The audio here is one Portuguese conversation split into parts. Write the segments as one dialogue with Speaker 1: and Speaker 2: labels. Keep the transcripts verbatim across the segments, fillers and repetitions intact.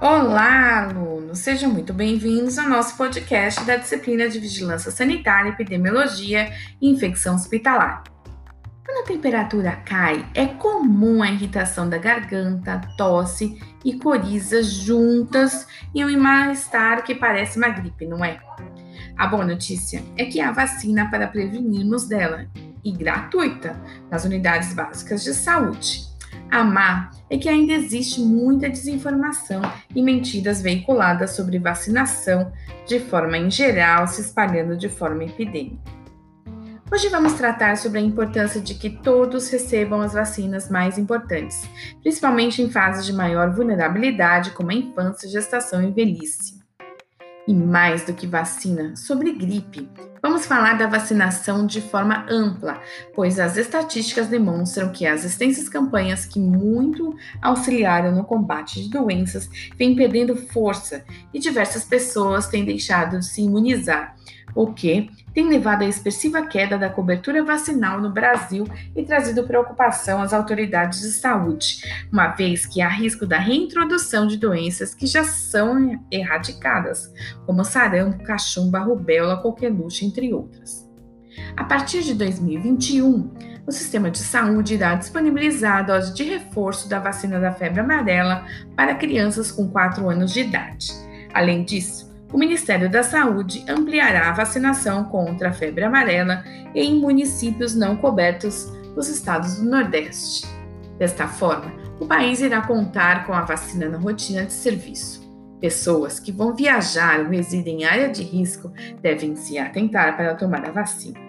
Speaker 1: Olá, alunos! Sejam muito bem-vindos ao nosso podcast da disciplina de Vigilância Sanitária, Epidemiologia e Infecção Hospitalar. Quando a temperatura cai, é comum a irritação da garganta, tosse e coriza juntas e um mal-estar que parece uma gripe, não é? A boa notícia é que há vacina para prevenirmos dela, e gratuita, nas unidades básicas de saúde. A má é que ainda existe muita desinformação e mentiras veiculadas sobre vacinação de forma em geral, se espalhando de forma epidêmica. Hoje vamos tratar sobre a importância de que todos recebam as vacinas mais importantes, principalmente em fases de maior vulnerabilidade, como a infância, gestação e velhice. E mais do que vacina, sobre gripe, vamos falar da vacinação de forma ampla, pois as estatísticas demonstram que as extensas campanhas que muito auxiliaram no combate de doenças vêm perdendo força e diversas pessoas têm deixado de se imunizar, o que tem levado à expressiva queda da cobertura vacinal no Brasil e trazido preocupação às autoridades de saúde, uma vez que há risco da reintrodução de doenças que já são erradicadas, como sarampo, cachumba, rubéola, coqueluche, entre outras. A partir de dois mil e vinte e um, o sistema de saúde irá disponibilizar a dose de reforço da vacina da febre amarela para crianças com quatro anos de idade. Além disso, o Ministério da Saúde ampliará a vacinação contra a febre amarela em municípios não cobertos dos estados do Nordeste. Desta forma, o país irá contar com a vacina na rotina de serviço. Pessoas que vão viajar ou residem em área de risco devem se atentar para tomar a vacina.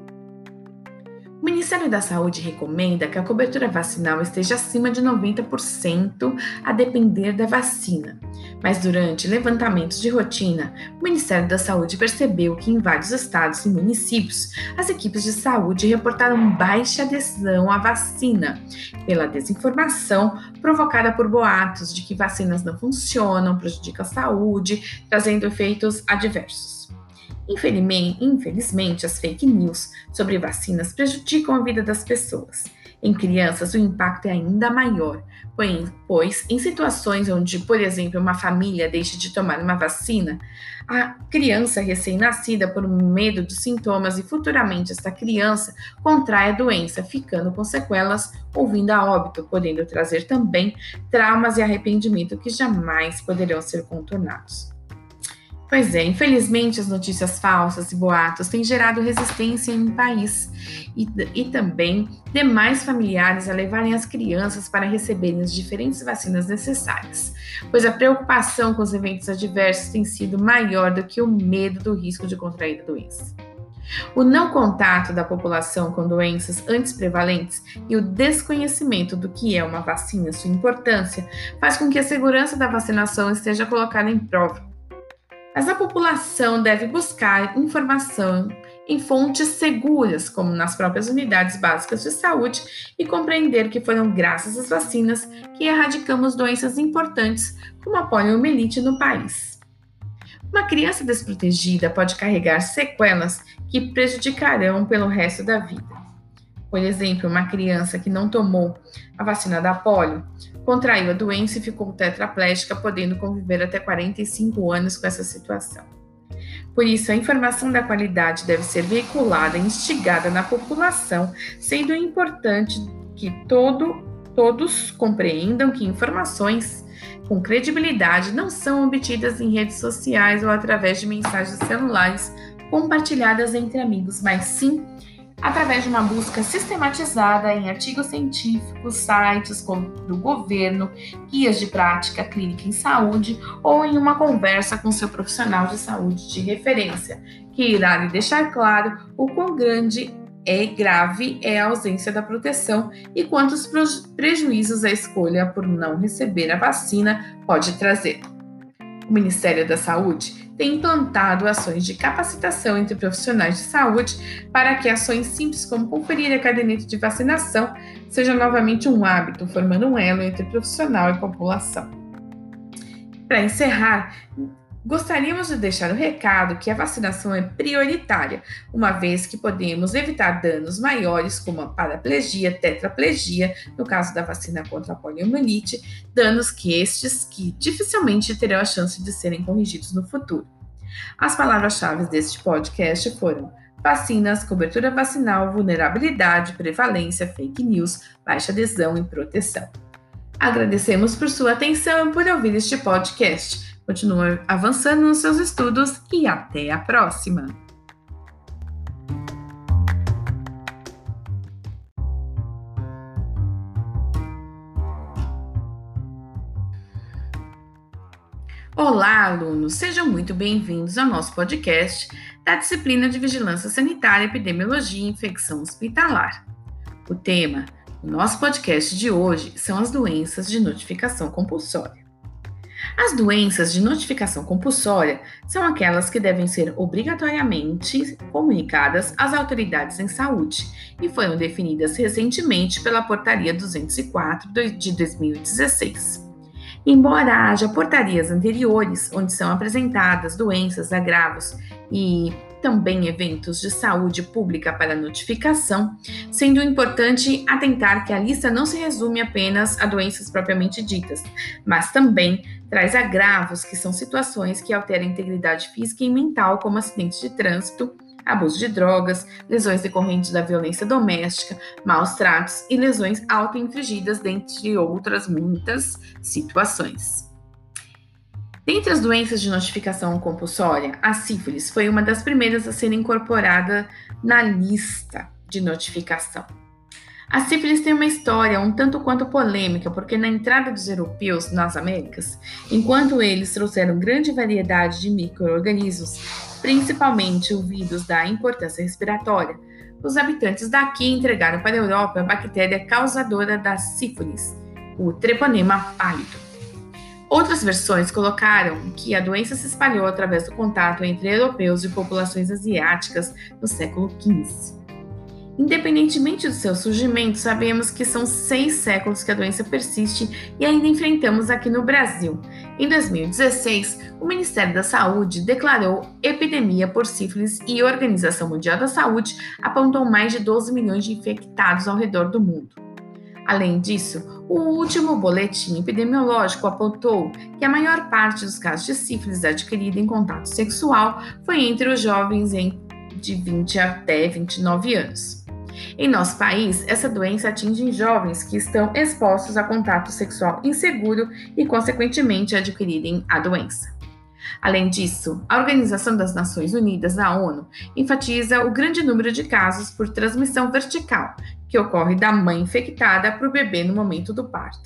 Speaker 1: O Ministério da Saúde recomenda que a cobertura vacinal esteja acima de noventa por cento a depender da vacina. Mas durante levantamentos de rotina, o Ministério da Saúde percebeu que em vários estados e municípios, as equipes de saúde reportaram baixa adesão à vacina, pela desinformação provocada por boatos de que vacinas não funcionam, prejudicam a saúde, trazendo efeitos adversos. Infelizmente, as fake news sobre vacinas prejudicam a vida das pessoas. Em crianças, o impacto é ainda maior, pois em situações onde, por exemplo, uma família deixa de tomar uma vacina, a criança recém-nascida, por medo dos sintomas e futuramente esta criança contrai a doença, ficando com sequelas ou vindo a óbito, podendo trazer também traumas e arrependimento que jamais poderão ser contornados. Pois é, infelizmente as notícias falsas e boatos têm gerado resistência em um país e, e também demais familiares a levarem as crianças para receberem as diferentes vacinas necessárias, pois a preocupação com os eventos adversos tem sido maior do que o medo do risco de contrair a doença. O não contato da população com doenças antes prevalentes e o desconhecimento do que é uma vacina e sua importância faz com que a segurança da vacinação esteja colocada em prova. Mas a população deve buscar informação em fontes seguras, como nas próprias unidades básicas de saúde, e compreender que foram graças às vacinas que erradicamos doenças importantes como a poliomielite no país. Uma criança desprotegida pode carregar sequelas que prejudicarão pelo resto da vida. Por exemplo, uma criança que não tomou a vacina da polio contraiu a doença e ficou tetraplégica, podendo conviver até quarenta e cinco anos com essa situação. Por isso, a informação da qualidade deve ser veiculada e instigada na população, sendo importante que todo, todos compreendam que informações com credibilidade não são obtidas em redes sociais ou através de mensagens celulares compartilhadas entre amigos, mas sim através de uma busca sistematizada em artigos científicos, sites do governo, guias de prática clínica em saúde ou em uma conversa com seu profissional de saúde de referência, que irá lhe deixar claro o quão grande e grave é a ausência da proteção e quantos prejuízos a escolha por não receber a vacina pode trazer. O Ministério da Saúde tem implantado ações de capacitação entre profissionais de saúde para que ações simples como conferir a caderneta de vacinação seja novamente um hábito, formando um elo entre profissional e população. Para encerrar, Gostaríamos de deixar o recado que a vacinação é prioritária, uma vez que podemos evitar danos maiores como a paraplegia, tetraplegia, no caso da vacina contra a poliomielite, danos que estes que dificilmente terão a chance de serem corrigidos no futuro. As palavras-chave deste podcast foram vacinas, cobertura vacinal, vulnerabilidade, prevalência, fake news, baixa adesão e proteção. Agradecemos por sua atenção e por ouvir este podcast. Continue avançando nos seus estudos e até a próxima! Olá, alunos! Sejam muito bem-vindos ao nosso podcast da disciplina de Vigilância Sanitária, Epidemiologia e Infecção Hospitalar. O tema do nosso podcast de hoje são as doenças de notificação compulsória. As doenças de notificação compulsória são aquelas que devem ser obrigatoriamente comunicadas às autoridades em saúde e foram definidas recentemente pela Portaria duzentos e quatro de dois mil e dezesseis. Embora haja portarias anteriores, onde são apresentadas doenças, agravos e também eventos de saúde pública para notificação, sendo importante atentar que a lista não se resume apenas a doenças propriamente ditas, mas também traz agravos, que são situações que alteram a integridade física e mental, como acidentes de trânsito, abuso de drogas, lesões decorrentes da violência doméstica, maus tratos e lesões auto-infligidas, dentre outras muitas situações. Dentre as doenças de notificação compulsória, a sífilis foi uma das primeiras a ser incorporada na lista de notificação. A sífilis tem uma história um tanto quanto polêmica, porque na entrada dos europeus nas Américas, enquanto eles trouxeram grande variedade de micro-organismos, principalmente o vírus da importância respiratória, os habitantes daqui entregaram para a Europa a bactéria causadora da sífilis, o Treponema pálido. Outras versões colocaram que a doença se espalhou através do contato entre europeus e populações asiáticas no século quinze. Independentemente do seu surgimento, sabemos que são seis séculos que a doença persiste e ainda enfrentamos aqui no Brasil. Em dois mil e dezesseis, o Ministério da Saúde declarou epidemia por sífilis e a Organização Mundial da Saúde apontou mais de doze milhões de infectados ao redor do mundo. Além disso, o último boletim epidemiológico apontou que a maior parte dos casos de sífilis adquirida em contato sexual foi entre os jovens de vinte até vinte e nove anos. Em nosso país, essa doença atinge jovens que estão expostos a contato sexual inseguro e, consequentemente, adquirirem a doença. Além disso, a Organização das Nações Unidas, a ONU, enfatiza o grande número de casos por transmissão vertical, que ocorre da mãe infectada para o bebê no momento do parto.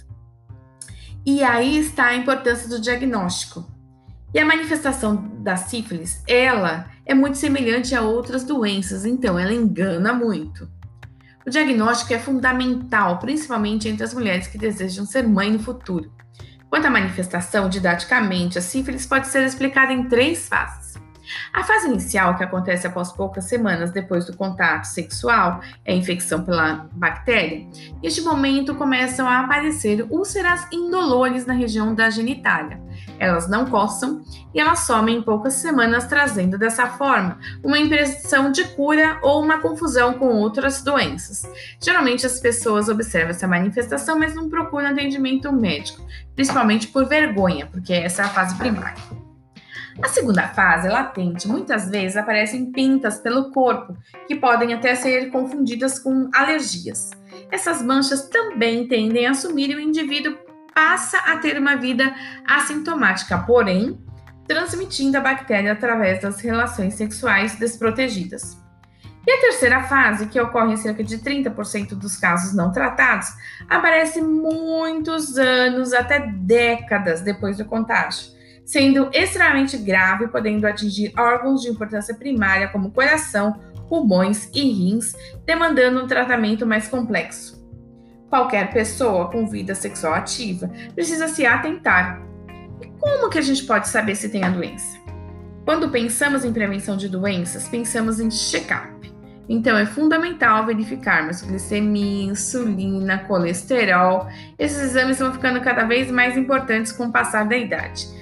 Speaker 1: E aí está a importância do diagnóstico. E a manifestação da sífilis, ela é muito semelhante a outras doenças, então ela engana muito. O diagnóstico é fundamental, principalmente entre as mulheres que desejam ser mãe no futuro. Quanto à manifestação, didaticamente, a sífilis pode ser explicada em três fases. A fase inicial, que acontece após poucas semanas depois do contato sexual, é a infecção pela bactéria. Neste momento, começam a aparecer úlceras indolores na região da genitália. Elas não coçam e elas somem em poucas semanas, trazendo dessa forma uma impressão de cura ou uma confusão com outras doenças. Geralmente as pessoas observam essa manifestação, mas não procuram atendimento médico, principalmente por vergonha, porque essa é a fase primária. A segunda fase, latente, muitas vezes aparecem pintas pelo corpo, que podem até ser confundidas com alergias. Essas manchas também tendem a sumir e o indivíduo passa a ter uma vida assintomática, porém, transmitindo a bactéria através das relações sexuais desprotegidas. E a terceira fase, que ocorre em cerca de trinta por cento dos casos não tratados, aparece muitos anos, até décadas depois do contágio, sendo extremamente grave, podendo atingir órgãos de importância primária como coração, pulmões e rins, demandando um tratamento mais complexo. Qualquer pessoa com vida sexual ativa precisa se atentar. E como que a gente pode saber se tem a doença? Quando pensamos em prevenção de doenças, pensamos em check-up. Então, é fundamental verificarmos glicemia, insulina, colesterol. Esses exames vão ficando cada vez mais importantes com o passar da idade.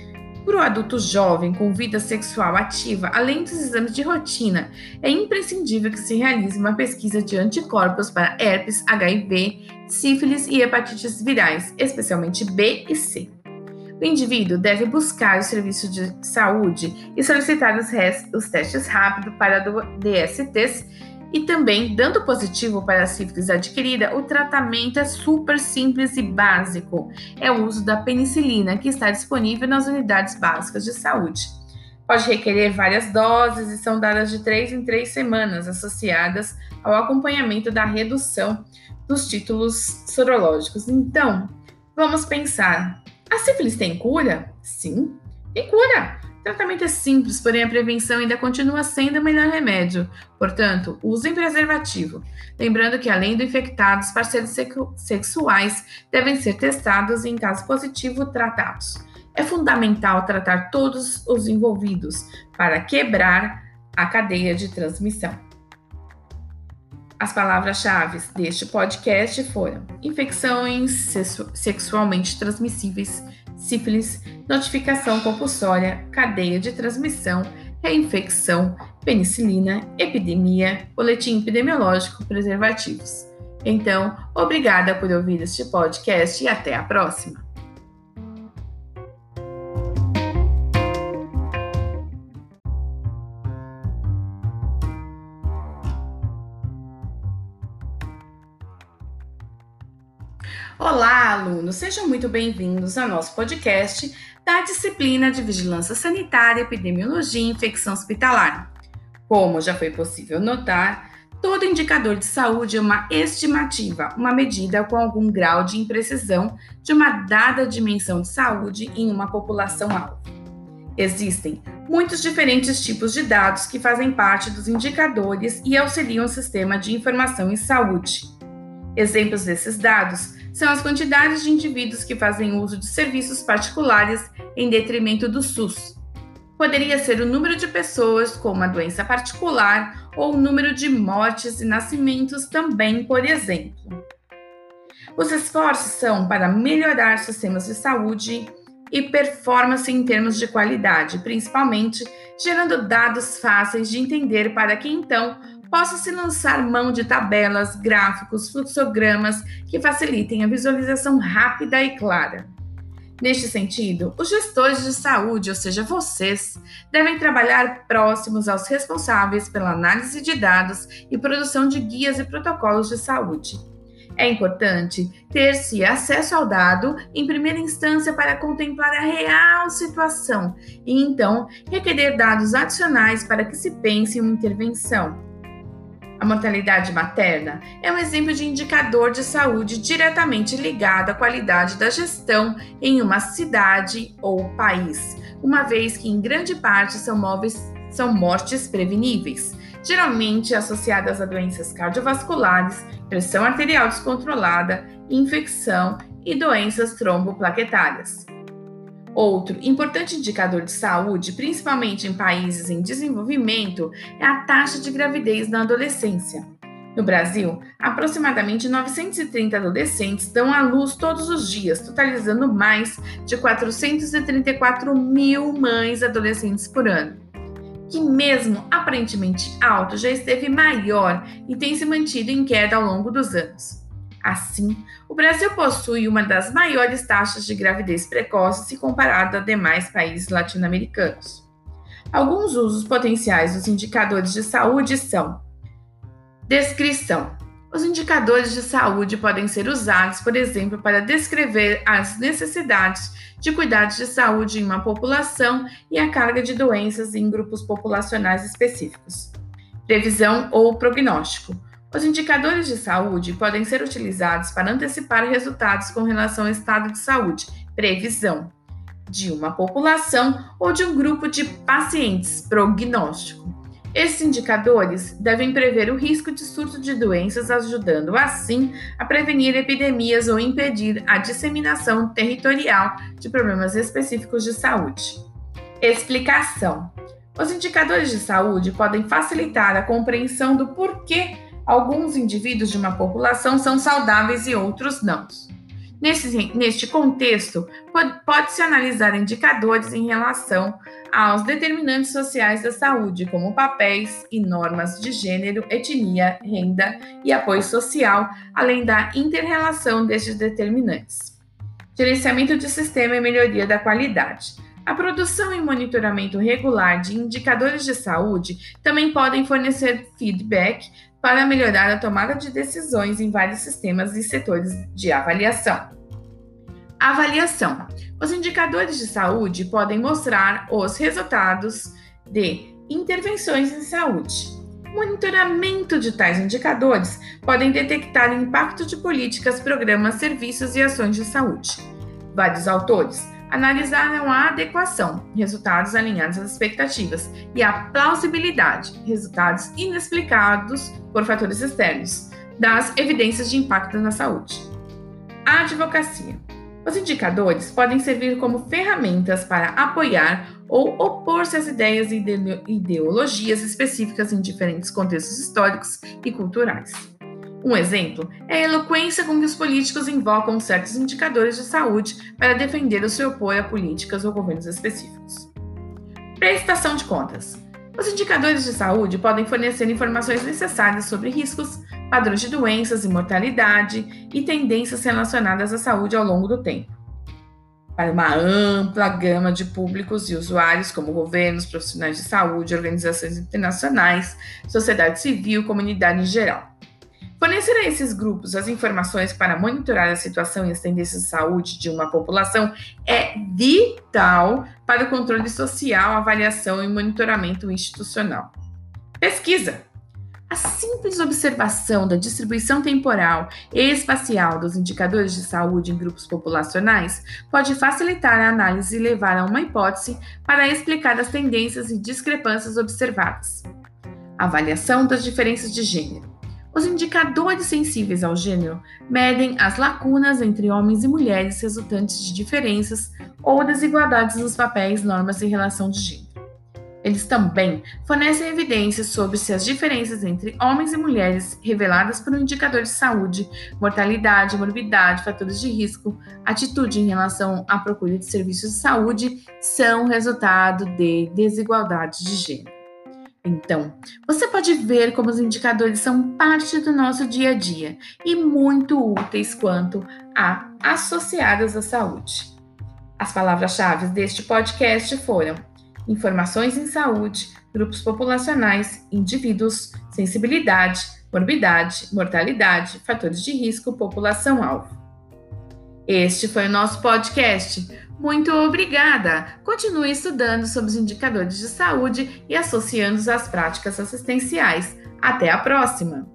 Speaker 1: Para o adulto jovem com vida sexual ativa, além dos exames de rotina, é imprescindível que se realize uma pesquisa de anticorpos para herpes, H I V, sífilis e hepatites virais, especialmente B e C. O indivíduo deve buscar o serviço de saúde e solicitar os, res- os testes rápidos para D S Ts e também, dando positivo para a sífilis adquirida, o tratamento é super simples e básico. É o uso da penicilina, que está disponível nas unidades básicas de saúde. Pode requerer várias doses e são dadas de três em três semanas, associadas ao acompanhamento da redução dos títulos sorológicos. Então, vamos pensar. A sífilis tem cura? Sim, tem cura. O tratamento é simples, porém a prevenção ainda continua sendo o melhor remédio. Portanto, usem preservativo. Lembrando que, além do infectado, os parceiros sexuais devem ser testados e, em caso positivo, tratados. É fundamental tratar todos os envolvidos para quebrar a cadeia de transmissão. As palavras-chave deste podcast foram infecções sexualmente transmissíveis, sífilis, notificação compulsória, cadeia de transmissão, reinfecção, penicilina, epidemia, boletim epidemiológico, preservativos. Então, obrigada por ouvir este podcast e até a próxima! Olá, alunos! Sejam muito bem-vindos ao nosso podcast da disciplina de Vigilância Sanitária, Epidemiologia e Infecção Hospitalar. Como já foi possível notar, todo indicador de saúde é uma estimativa, uma medida com algum grau de imprecisão de uma dada dimensão de saúde em uma população-alvo. Existem muitos diferentes tipos de dados que fazem parte dos indicadores e auxiliam o sistema de informação em saúde. Exemplos desses dados são as quantidades de indivíduos que fazem uso de serviços particulares em detrimento do SUS. Poderia ser o número de pessoas com uma doença particular ou o número de mortes e nascimentos também, por exemplo. Os esforços são para melhorar sistemas de saúde e performance em termos de qualidade, principalmente gerando dados fáceis de entender para que, então, possa se lançar mão de tabelas, gráficos, fluxogramas que facilitem a visualização rápida e clara. Neste sentido, os gestores de saúde, ou seja, vocês, devem trabalhar próximos aos responsáveis pela análise de dados e produção de guias e protocolos de saúde. É importante ter-se acesso ao dado em primeira instância para contemplar a real situação e, então, requerer dados adicionais para que se pense em uma intervenção. A mortalidade materna é um exemplo de indicador de saúde diretamente ligado à qualidade da gestão em uma cidade ou país, uma vez que em grande parte são, móveis, são mortes preveníveis, geralmente associadas a doenças cardiovasculares, pressão arterial descontrolada, infecção e doenças tromboplaquetárias. Outro importante indicador de saúde, principalmente em países em desenvolvimento, é a taxa de gravidez na adolescência. No Brasil, aproximadamente novecentos e trinta adolescentes dão à luz todos os dias, totalizando mais de quatrocentos e trinta e quatro mil mães adolescentes por ano, que mesmo aparentemente alto, já esteve maior e tem se mantido em queda ao longo dos anos. Assim, o Brasil possui uma das maiores taxas de gravidez precoce se comparado a demais países latino-americanos. Alguns usos potenciais dos indicadores de saúde são: descrição. Os indicadores de saúde podem ser usados, por exemplo, para descrever as necessidades de cuidados de saúde em uma população e a carga de doenças em grupos populacionais específicos. Previsão ou prognóstico. Os indicadores de saúde podem ser utilizados para antecipar resultados com relação ao estado de saúde, previsão, de uma população ou de um grupo de pacientes, prognóstico. Esses indicadores devem prever o risco de surto de doenças, ajudando, assim, a prevenir epidemias ou impedir a disseminação territorial de problemas específicos de saúde. Explicação. Os indicadores de saúde podem facilitar a compreensão do porquê alguns indivíduos de uma população são saudáveis e outros não. Nesse, neste contexto, pode-se analisar indicadores em relação aos determinantes sociais da saúde, como papéis e normas de gênero, etnia, renda e apoio social, além da inter-relação destes determinantes. Gerenciamento de sistema e melhoria da qualidade. A produção e monitoramento regular de indicadores de saúde também podem fornecer feedback para melhorar a tomada de decisões em vários sistemas e setores de avaliação. Avaliação. Os indicadores de saúde podem mostrar os resultados de intervenções em saúde. Monitoramento de tais indicadores podem detectar o impacto de políticas, programas, serviços e ações de saúde. Vários autores analisaram a adequação, resultados alinhados às expectativas, e a plausibilidade, resultados inexplicados por fatores externos, das evidências de impacto na saúde. A advocacia. Os indicadores podem servir como ferramentas para apoiar ou opor-se às ideias e ideologias específicas em diferentes contextos históricos e culturais. Um exemplo é a eloquência com que os políticos invocam certos indicadores de saúde para defender ou se opor a políticas ou governos específicos. Prestação de contas. Os indicadores de saúde podem fornecer informações necessárias sobre riscos, padrões de doenças e mortalidade e tendências relacionadas à saúde ao longo do tempo, para uma ampla gama de públicos e usuários, como governos, profissionais de saúde, organizações internacionais, sociedade civil, comunidade em geral. Fornecer a esses grupos as informações para monitorar a situação e as tendências de saúde de uma população é vital para o controle social, avaliação e monitoramento institucional. Pesquisa. A simples observação da distribuição temporal e espacial dos indicadores de saúde em grupos populacionais pode facilitar a análise e levar a uma hipótese para explicar as tendências e discrepâncias observadas. Avaliação das diferenças de gênero. Os indicadores sensíveis ao gênero medem as lacunas entre homens e mulheres resultantes de diferenças ou desigualdades nos papéis, normas e relação de gênero. Eles também fornecem evidências sobre se as diferenças entre homens e mulheres reveladas por um indicador de saúde, mortalidade, morbidade, fatores de risco, atitude em relação à procura de serviços de saúde são resultado de desigualdades de gênero. Então, você pode ver como os indicadores são parte do nosso dia a dia e muito úteis quanto a associados à saúde. As palavras-chave deste podcast foram informações em saúde, grupos populacionais, indivíduos, sensibilidade, morbidade, mortalidade, fatores de risco, população-alvo. Este foi o nosso podcast. Muito obrigada! Continue estudando sobre os indicadores de saúde e associando-os às práticas assistenciais. Até a próxima!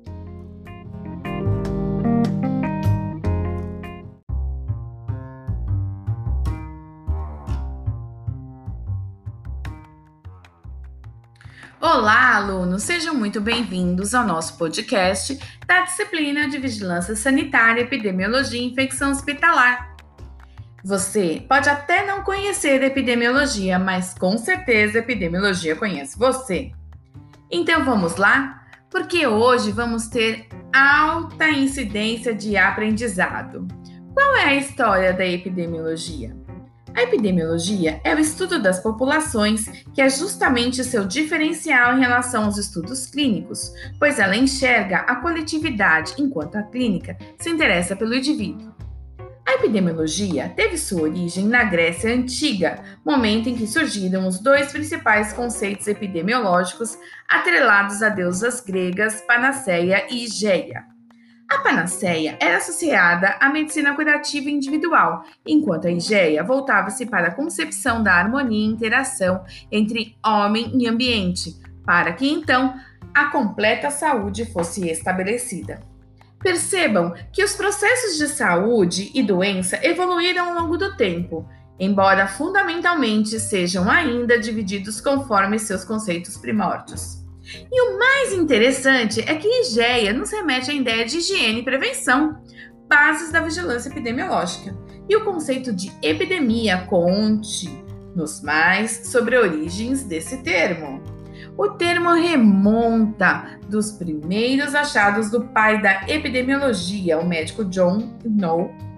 Speaker 1: Olá, alunos! Sejam muito bem-vindos ao nosso podcast da disciplina de Vigilância Sanitária, Epidemiologia e Infecção Hospitalar. Você pode até não conhecer a epidemiologia, mas com certeza a epidemiologia conhece você. Então vamos lá? Porque hoje vamos ter alta incidência de aprendizado. Qual é a história da epidemiologia? A epidemiologia é o estudo das populações, que é justamente seu diferencial em relação aos estudos clínicos, pois ela enxerga a coletividade, enquanto a clínica se interessa pelo indivíduo. A epidemiologia teve sua origem na Grécia Antiga, momento em que surgiram os dois principais conceitos epidemiológicos atrelados a deusas gregas, Panaceia e Higeia. A Panaceia era associada à medicina curativa individual, enquanto a Higeia voltava-se para a concepção da harmonia e interação entre homem e ambiente, para que então a completa saúde fosse estabelecida. Percebam que os processos de saúde e doença evoluíram ao longo do tempo, embora fundamentalmente sejam ainda divididos conforme seus conceitos primórdios. E o mais interessante é que Higeia nos remete à ideia de higiene e prevenção, bases da vigilância epidemiológica, e o conceito de epidemia. Conte-nos mais sobre origens desse termo. O termo remonta dos primeiros achados do pai da epidemiologia, o médico John Snow,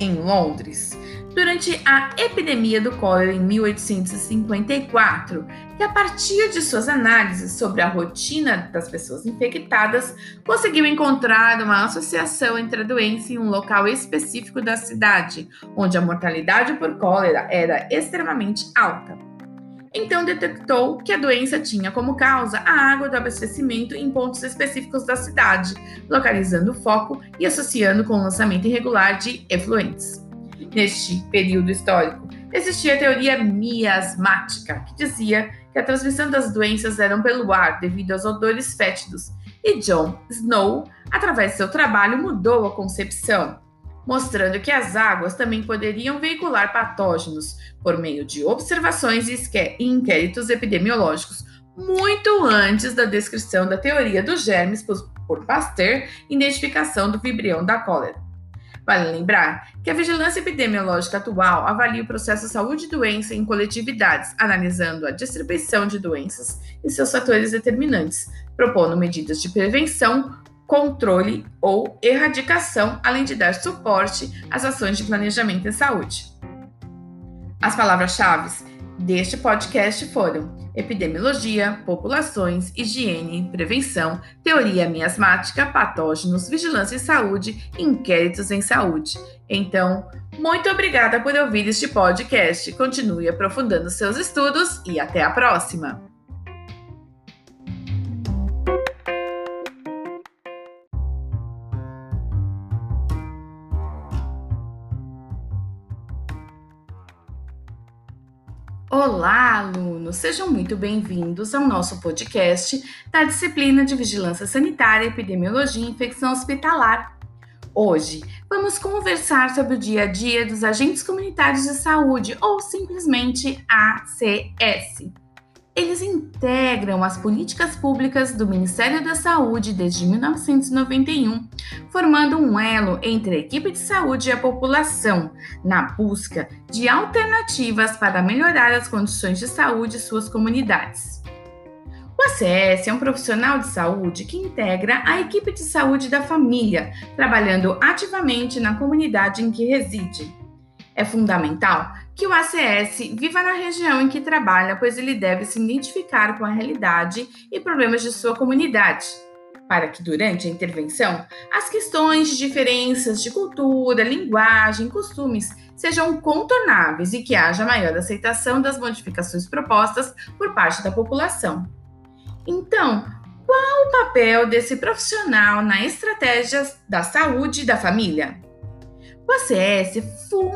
Speaker 1: em Londres, durante a epidemia do cólera em mil oitocentos e cinquenta e quatro, que a partir de suas análises sobre a rotina das pessoas infectadas, conseguiu encontrar uma associação entre a doença e um local específico da cidade, onde a mortalidade por cólera era extremamente alta. Então detectou que a doença tinha como causa a água do abastecimento em pontos específicos da cidade, localizando o foco e associando com o lançamento irregular de efluentes. Neste período histórico, existia a teoria miasmática, que dizia que a transmissão das doenças era pelo ar devido aos odores fétidos, e John Snow, através de seu trabalho, mudou a concepção, mostrando que as águas também poderiam veicular patógenos por meio de observações e inquéritos epidemiológicos, muito antes da descrição da teoria dos germes por Pasteur e identificação do vibrião da cólera. Vale lembrar que a vigilância epidemiológica atual avalia o processo saúde e doença em coletividades, analisando a distribuição de doenças e seus fatores determinantes, propondo medidas de prevenção, controle ou erradicação, além de dar suporte às ações de planejamento em saúde. As palavras-chave deste podcast foram epidemiologia, populações, higiene, prevenção, teoria miasmática, patógenos, vigilância em saúde e inquéritos em saúde. Então, muito obrigada por ouvir este podcast. Continue aprofundando seus estudos e até a próxima! Olá, alunos! Sejam muito bem-vindos ao nosso podcast da disciplina de Vigilância Sanitária, Epidemiologia e Infecção Hospitalar. Hoje, vamos conversar sobre o dia a dia dos agentes comunitários de saúde, ou simplesmente A C S. Eles integram as políticas públicas do Ministério da Saúde desde mil novecentos e noventa e um, formando um elo entre a equipe de saúde e a população, na busca de alternativas para melhorar as condições de saúde de suas comunidades. O A C S é um profissional de saúde que integra a equipe de saúde da família, trabalhando ativamente na comunidade em que reside. É fundamental que o A C S viva na região em que trabalha, pois ele deve se identificar com a realidade e problemas de sua comunidade, para que durante a intervenção as questões de diferenças de cultura, linguagem, costumes sejam contornáveis e que haja maior aceitação das modificações propostas por parte da população. Então, qual o papel desse profissional na estratégia da saúde da família? O A C S é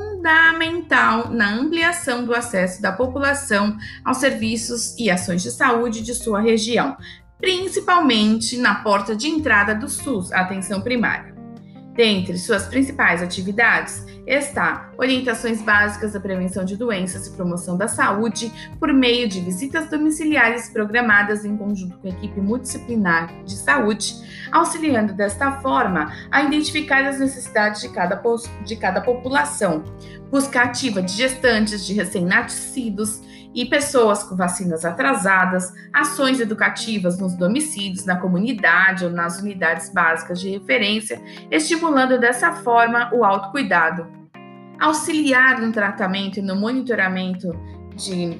Speaker 1: fundamental na ampliação do acesso da população aos serviços e ações de saúde de sua região, principalmente na porta de entrada do SUS, a atenção primária. Dentre suas principais atividades está orientações básicas da prevenção de doenças e promoção da saúde por meio de visitas domiciliares programadas em conjunto com a equipe multidisciplinar de saúde, auxiliando desta forma a identificar as necessidades de cada, de cada população, busca ativa de gestantes, de recém-nascidos e pessoas com vacinas atrasadas, ações educativas nos domicílios, na comunidade ou nas unidades básicas de referência, estimulando dessa forma o autocuidado. Auxiliar no tratamento e no monitoramento de,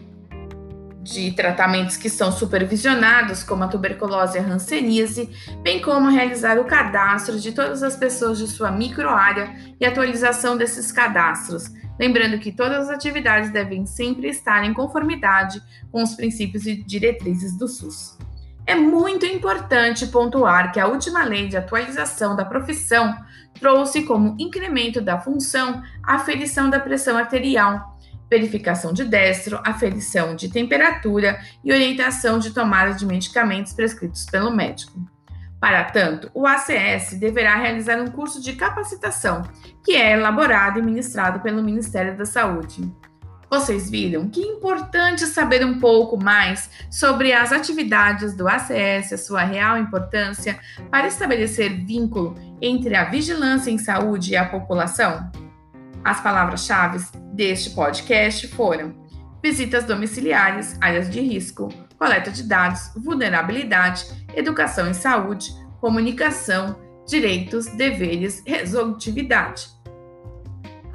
Speaker 1: de tratamentos que são supervisionados, como a tuberculose e a hanseníase, bem como realizar o cadastro de todas as pessoas de sua microárea e atualização desses cadastros, lembrando que todas as atividades devem sempre estar em conformidade com os princípios e diretrizes do SUS. É muito importante pontuar que a última lei de atualização da profissão trouxe como incremento da função a aferição da pressão arterial, verificação de destro, aferição de temperatura e orientação de tomada de medicamentos prescritos pelo médico. Para tanto, o A C S deverá realizar um curso de capacitação, que é elaborado e ministrado pelo Ministério da Saúde. Vocês viram que é importante saber um pouco mais sobre as atividades do A C S, a sua real importância para estabelecer vínculo entre a vigilância em saúde e a população? As palavras-chave deste podcast foram visitas domiciliares, áreas de risco, coleta de dados, vulnerabilidade, educação em saúde, comunicação, direitos, deveres, resolutividade.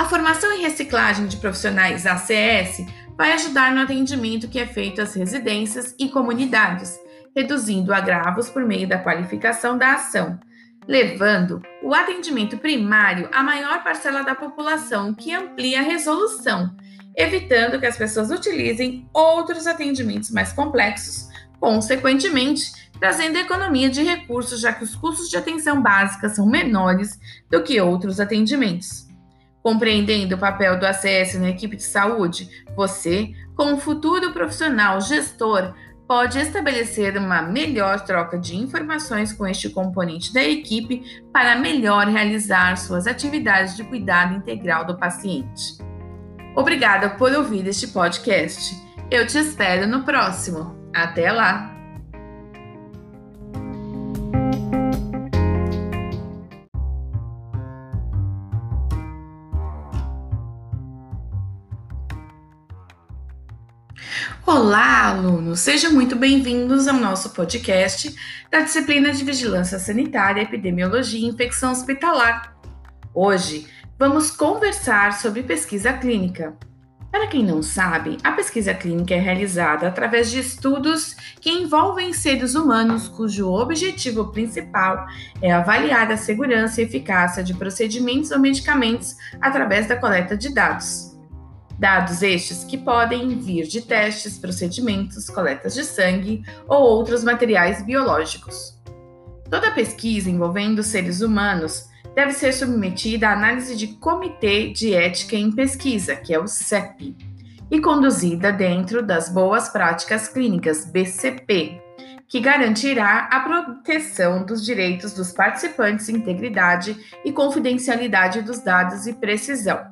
Speaker 1: A formação e reciclagem de profissionais A C S vai ajudar no atendimento que é feito às residências e comunidades, reduzindo agravos por meio da qualificação da ação, levando o atendimento primário à maior parcela da população, que amplia a resolução, evitando que as pessoas utilizem outros atendimentos mais complexos, consequentemente, trazendo economia de recursos, já que os custos de atenção básica são menores do que outros atendimentos. Compreendendo o papel do A C S na equipe de saúde, você, como futuro profissional gestor, pode estabelecer uma melhor troca de informações com este componente da equipe para melhor realizar suas atividades de cuidado integral do paciente. Obrigada por ouvir este podcast. Eu te espero no próximo. Até lá! Olá, alunos! Sejam muito bem-vindos ao nosso podcast da disciplina de Vigilância Sanitária, Epidemiologia e Infecção Hospitalar. Hoje, vamos conversar sobre pesquisa clínica. Para quem não sabe, a pesquisa clínica é realizada através de estudos que envolvem seres humanos, cujo objetivo principal é avaliar a segurança e eficácia de procedimentos ou medicamentos através da coleta de dados. Dados estes que podem vir de testes, procedimentos, coletas de sangue ou outros materiais biológicos. Toda pesquisa envolvendo seres humanos deve ser submetida à análise de Comitê de Ética em Pesquisa, que é o C E P, e conduzida dentro das Boas Práticas Clínicas, B C P, que garantirá a proteção dos direitos dos participantes, integridade e confidencialidade dos dados e precisão.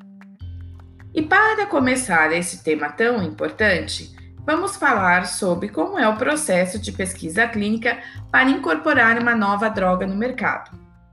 Speaker 1: E para começar esse tema tão importante, vamos falar sobre como é o processo de pesquisa clínica para incorporar uma nova droga no mercado.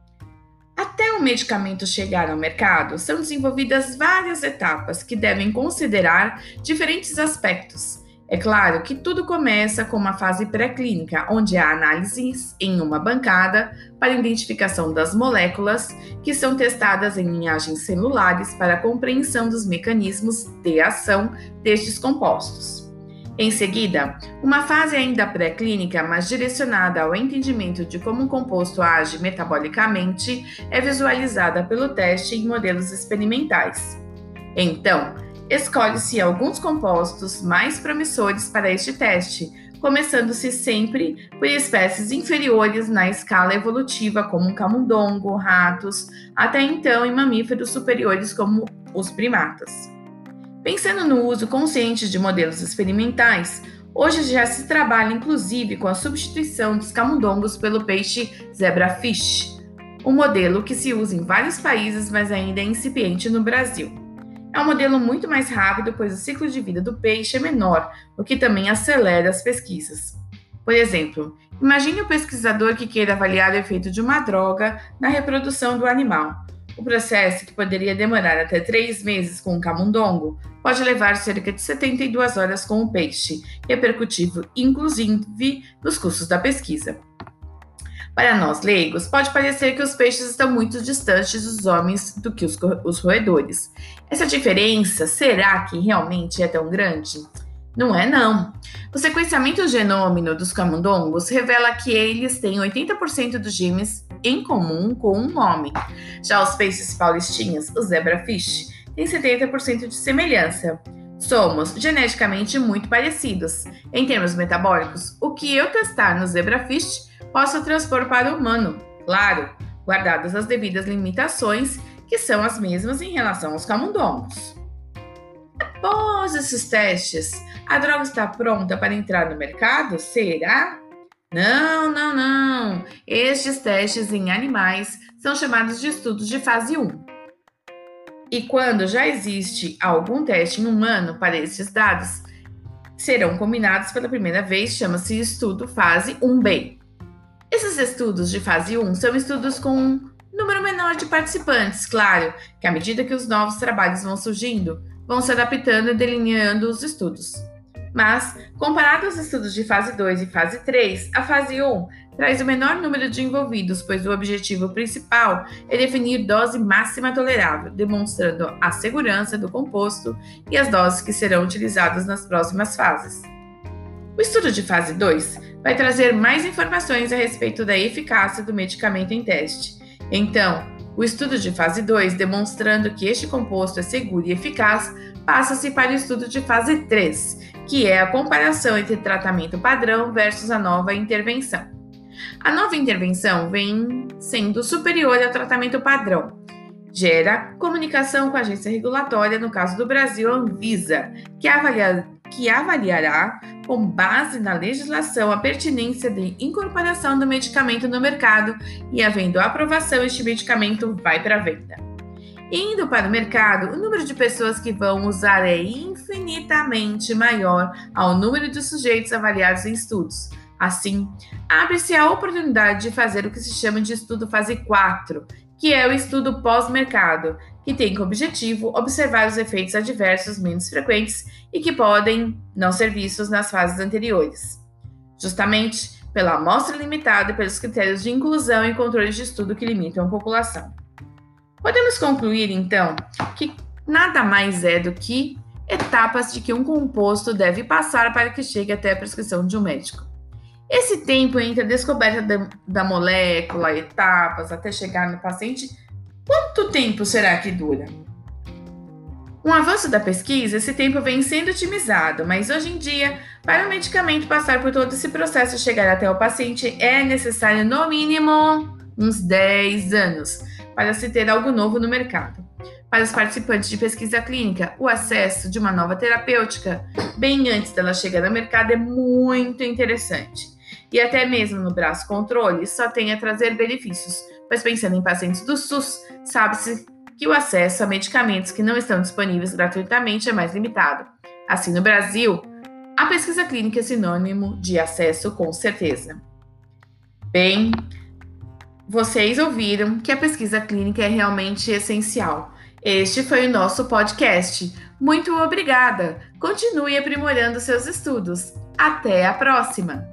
Speaker 1: Até o medicamento chegar ao mercado, são desenvolvidas várias etapas que devem considerar diferentes aspectos. É claro que tudo começa com uma fase pré-clínica, onde há análises em uma bancada para identificação das moléculas que são testadas em linhagens celulares para a compreensão dos mecanismos de ação destes compostos. Em seguida, uma fase ainda pré-clínica, mas direcionada ao entendimento de como um composto age metabolicamente, é visualizada pelo teste em modelos experimentais. Então, escolhe-se alguns compostos mais promissores para este teste, começando-se sempre por espécies inferiores na escala evolutiva, como camundongo, ratos, até então em mamíferos superiores, como os primatas. Pensando no uso consciente de modelos experimentais, hoje já se trabalha inclusive com a substituição dos camundongos pelo peixe zebrafish, um modelo que se usa em vários países, mas ainda é incipiente no Brasil. É um modelo muito mais rápido, pois o ciclo de vida do peixe é menor, o que também acelera as pesquisas. Por exemplo, imagine um pesquisador que queira avaliar o efeito de uma droga na reprodução do animal. O processo, que poderia demorar até três meses com o camundongo, pode levar cerca de setenta e duas horas com o peixe, repercutindo inclusive nos custos da pesquisa. Para nós leigos, pode parecer que os peixes estão muito distantes dos homens do que os, os roedores. Essa diferença, será que realmente é tão grande? Não é, não. O sequenciamento genômico dos camundongos revela que eles têm oitenta por cento dos genes em comum com um homem. Já os peixes paulistinhas, os zebrafish, têm setenta por cento de semelhança. Somos geneticamente muito parecidos. Em termos metabólicos, o que eu testar no zebrafish posso transpor para o humano, claro, guardadas as devidas limitações, que são as mesmas em relação aos camundongos. Após esses testes, a droga está pronta para entrar no mercado? Será? Não, não, não! Estes testes em animais são chamados de estudos de fase um. E quando já existe algum teste em humano para estes dados, serão combinados pela primeira vez, chama-se estudo fase um B. Esses estudos de fase um são estudos com um número menor de participantes, claro, que à medida que os novos trabalhos vão surgindo, vão se adaptando e delineando os estudos. Mas, comparado aos estudos de fase dois e fase três, a fase um traz o menor número de envolvidos, pois o objetivo principal é definir dose máxima tolerável, demonstrando a segurança do composto e as doses que serão utilizadas nas próximas fases. O estudo de fase dois vai trazer mais informações a respeito da eficácia do medicamento em teste. Então, o estudo de fase dois, demonstrando que este composto é seguro e eficaz, passa-se para o estudo de fase três, que é a comparação entre tratamento padrão versus a nova intervenção. A nova intervenção vem sendo superior ao tratamento padrão. Gera comunicação com a agência regulatória, no caso do Brasil, a Anvisa, que, avalia, que avaliará, com base na legislação, a pertinência de incorporação do medicamento no mercado e, havendo aprovação, este medicamento vai para a venda. Indo para o mercado, o número de pessoas que vão usar é infinitamente maior ao número de sujeitos avaliados em estudos. Assim, abre-se a oportunidade de fazer o que se chama de estudo fase quatro, que é o estudo pós-mercado, que tem como objetivo observar os efeitos adversos menos frequentes e que podem não ser vistos nas fases anteriores, justamente pela amostra limitada e pelos critérios de inclusão e controle de estudo que limitam a população. Podemos concluir, então, que nada mais é do que etapas de que um composto deve passar para que chegue até a prescrição de um médico. Esse tempo entre a descoberta da, da molécula, etapas, até chegar no paciente, quanto tempo será que dura? Com o avanço da pesquisa, esse tempo vem sendo otimizado, mas hoje em dia, para o medicamento passar por todo esse processo e chegar até o paciente, é necessário, no mínimo, uns dez anos, para se ter algo novo no mercado. Para os participantes de pesquisa clínica, o acesso de uma nova terapêutica, bem antes dela chegar ao mercado, é muito interessante. E até mesmo no braço controle, só tem a trazer benefícios, pois pensando em pacientes do SUS, sabe-se que o acesso a medicamentos que não estão disponíveis gratuitamente é mais limitado. Assim, no Brasil, a pesquisa clínica é sinônimo de acesso com certeza. Bem, vocês ouviram que a pesquisa clínica é realmente essencial. Este foi o nosso podcast. Muito obrigada! Continue aprimorando seus estudos. Até a próxima!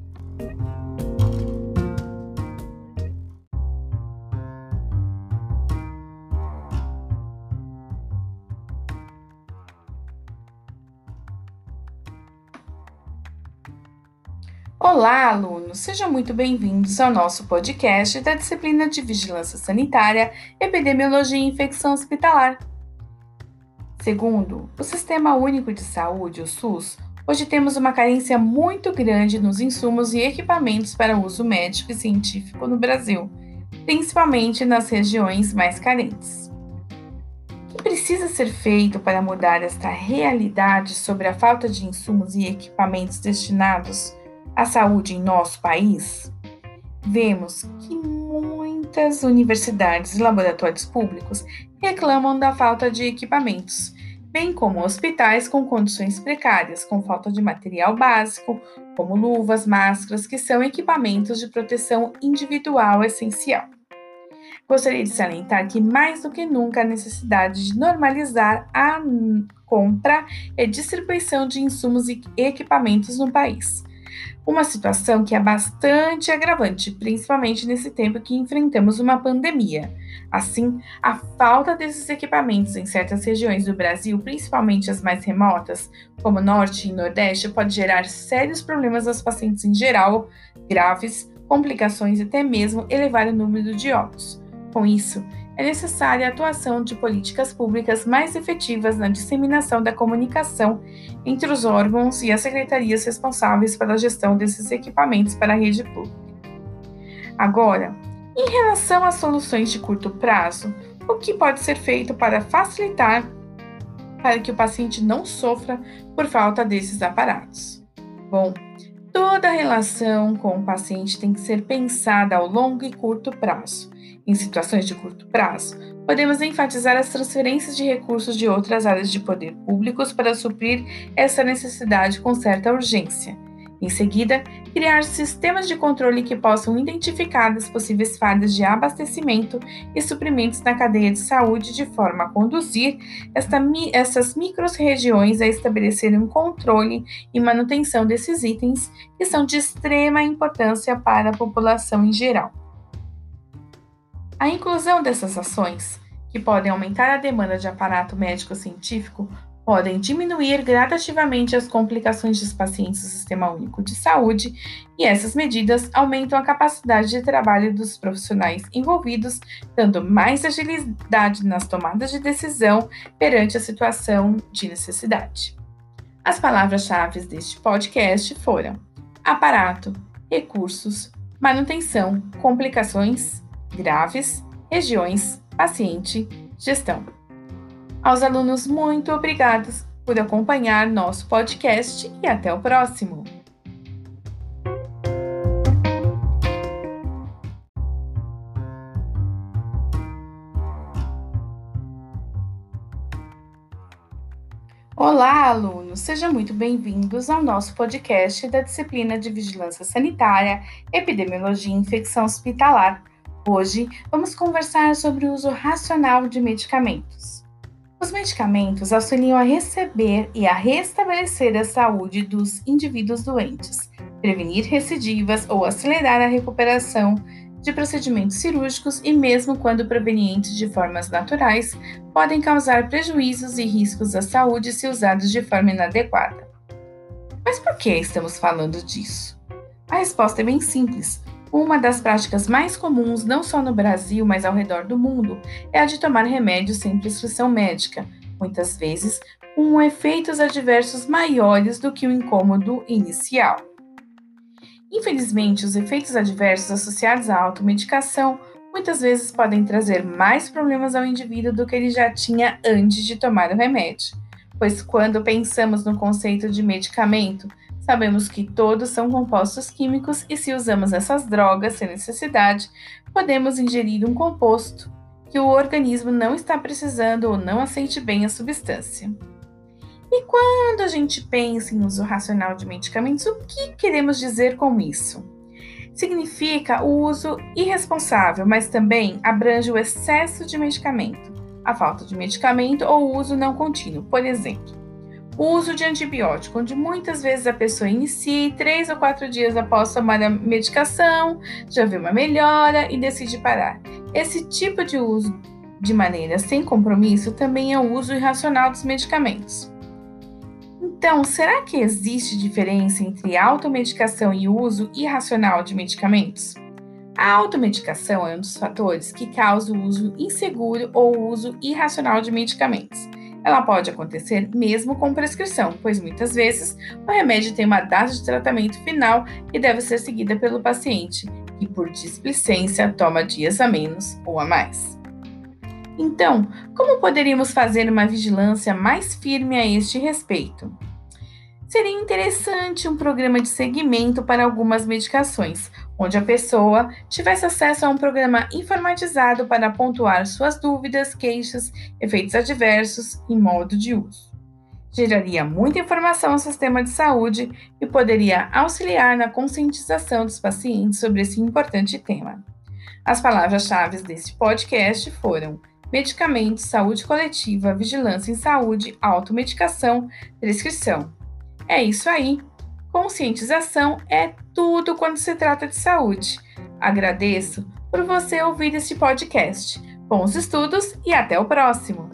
Speaker 1: Olá, alunos! Sejam muito bem-vindos ao nosso podcast da disciplina de Vigilância Sanitária, Epidemiologia e Infecção Hospitalar. Segundo o Sistema Único de Saúde, o SUS, hoje temos uma carência muito grande nos insumos e equipamentos para uso médico e científico no Brasil, principalmente nas regiões mais carentes. O que precisa ser feito para mudar esta realidade sobre a falta de insumos e equipamentos destinados à saúde em nosso país? Vemos que muitas universidades e laboratórios públicos reclamam da falta de equipamentos, bem como hospitais com condições precárias, com falta de material básico, como luvas, máscaras, que são equipamentos de proteção individual essencial. Gostaria de salientar que, mais do que nunca, a necessidade de normalizar a compra e distribuição de insumos e equipamentos no país. Uma situação que é bastante agravante, principalmente nesse tempo que enfrentamos uma pandemia. Assim, a falta desses equipamentos em certas regiões do Brasil, principalmente as mais remotas, como Norte e Nordeste, pode gerar sérios problemas aos pacientes em geral, graves, complicações e até mesmo elevar o número de óbitos. Com isso, é necessária a atuação de políticas públicas mais efetivas na disseminação da comunicação entre os órgãos e as secretarias responsáveis pela gestão desses equipamentos para a rede pública. Agora, em relação às soluções de curto prazo, o que pode ser feito para facilitar para que o paciente não sofra por falta desses aparatos? Bom, toda relação com o paciente tem que ser pensada ao longo e curto prazo. Em situações de curto prazo, podemos enfatizar as transferências de recursos de outras áreas de poder públicos para suprir essa necessidade com certa urgência. Em seguida, criar sistemas de controle que possam identificar as possíveis falhas de abastecimento e suprimentos na cadeia de saúde de forma a conduzir esta, essas micro-regiões a estabelecer um controle e manutenção desses itens que são de extrema importância para a população em geral. A inclusão dessas ações, que podem aumentar a demanda de aparato médico-científico, podem diminuir gradativamente as complicações dos pacientes do Sistema Único de Saúde, e essas medidas aumentam a capacidade de trabalho dos profissionais envolvidos, dando mais agilidade nas tomadas de decisão perante a situação de necessidade. As palavras-chave deste podcast foram aparato, recursos, manutenção, complicações graves, regiões, paciente, gestão. Aos alunos, muito obrigados por acompanhar nosso podcast e até o próximo! Olá, alunos! Sejam muito bem-vindos ao nosso podcast da disciplina de Vigilância Sanitária, Epidemiologia e Infecção Hospitalar. Hoje, vamos conversar sobre o uso racional de medicamentos. Os medicamentos auxiliam a receber e a restabelecer a saúde dos indivíduos doentes, prevenir recidivas ou acelerar a recuperação de procedimentos cirúrgicos e, mesmo quando provenientes de formas naturais, podem causar prejuízos e riscos à saúde se usados de forma inadequada. Mas por que estamos falando disso? A resposta é bem simples. Uma das práticas mais comuns, não só no Brasil, mas ao redor do mundo, é a de tomar remédios sem prescrição médica, muitas vezes com efeitos adversos maiores do que o incômodo inicial. Infelizmente, os efeitos adversos associados à automedicação muitas vezes podem trazer mais problemas ao indivíduo do que ele já tinha antes de tomar o remédio, pois quando pensamos no conceito de medicamento, sabemos que todos são compostos químicos e, se usamos essas drogas sem necessidade, podemos ingerir um composto que o organismo não está precisando ou não aceite bem a substância. E quando a gente pensa em uso racional de medicamentos, o que queremos dizer com isso? Significa o uso irresponsável, mas também abrange o excesso de medicamento, a falta de medicamento ou o uso não contínuo, por exemplo. O uso de antibiótico, onde muitas vezes a pessoa inicia e três ou quatro dias após tomar a medicação, já vê uma melhora e decide parar. Esse tipo de uso de maneira sem compromisso também é o uso irracional dos medicamentos. Então, será que existe diferença entre automedicação e o uso irracional de medicamentos? A automedicação é um dos fatores que causa o uso inseguro ou o uso irracional de medicamentos. Ela pode acontecer mesmo com prescrição, pois muitas vezes o remédio tem uma data de tratamento final que deve ser seguida pelo paciente, que por displicência toma dias a menos ou a mais. Então, como poderíamos fazer uma vigilância mais firme a este respeito? Seria interessante um programa de seguimento para algumas medicações, onde a pessoa tivesse acesso a um programa informatizado para pontuar suas dúvidas, queixas, efeitos adversos e modo de uso. Geraria muita informação ao sistema de saúde e poderia auxiliar na conscientização dos pacientes sobre esse importante tema. As palavras-chave deste podcast foram medicamentos, saúde coletiva, vigilância em saúde, automedicação, prescrição. É isso aí! Conscientização é tudo quando se trata de saúde. Agradeço por você ouvir este podcast. Bons estudos e até o próximo!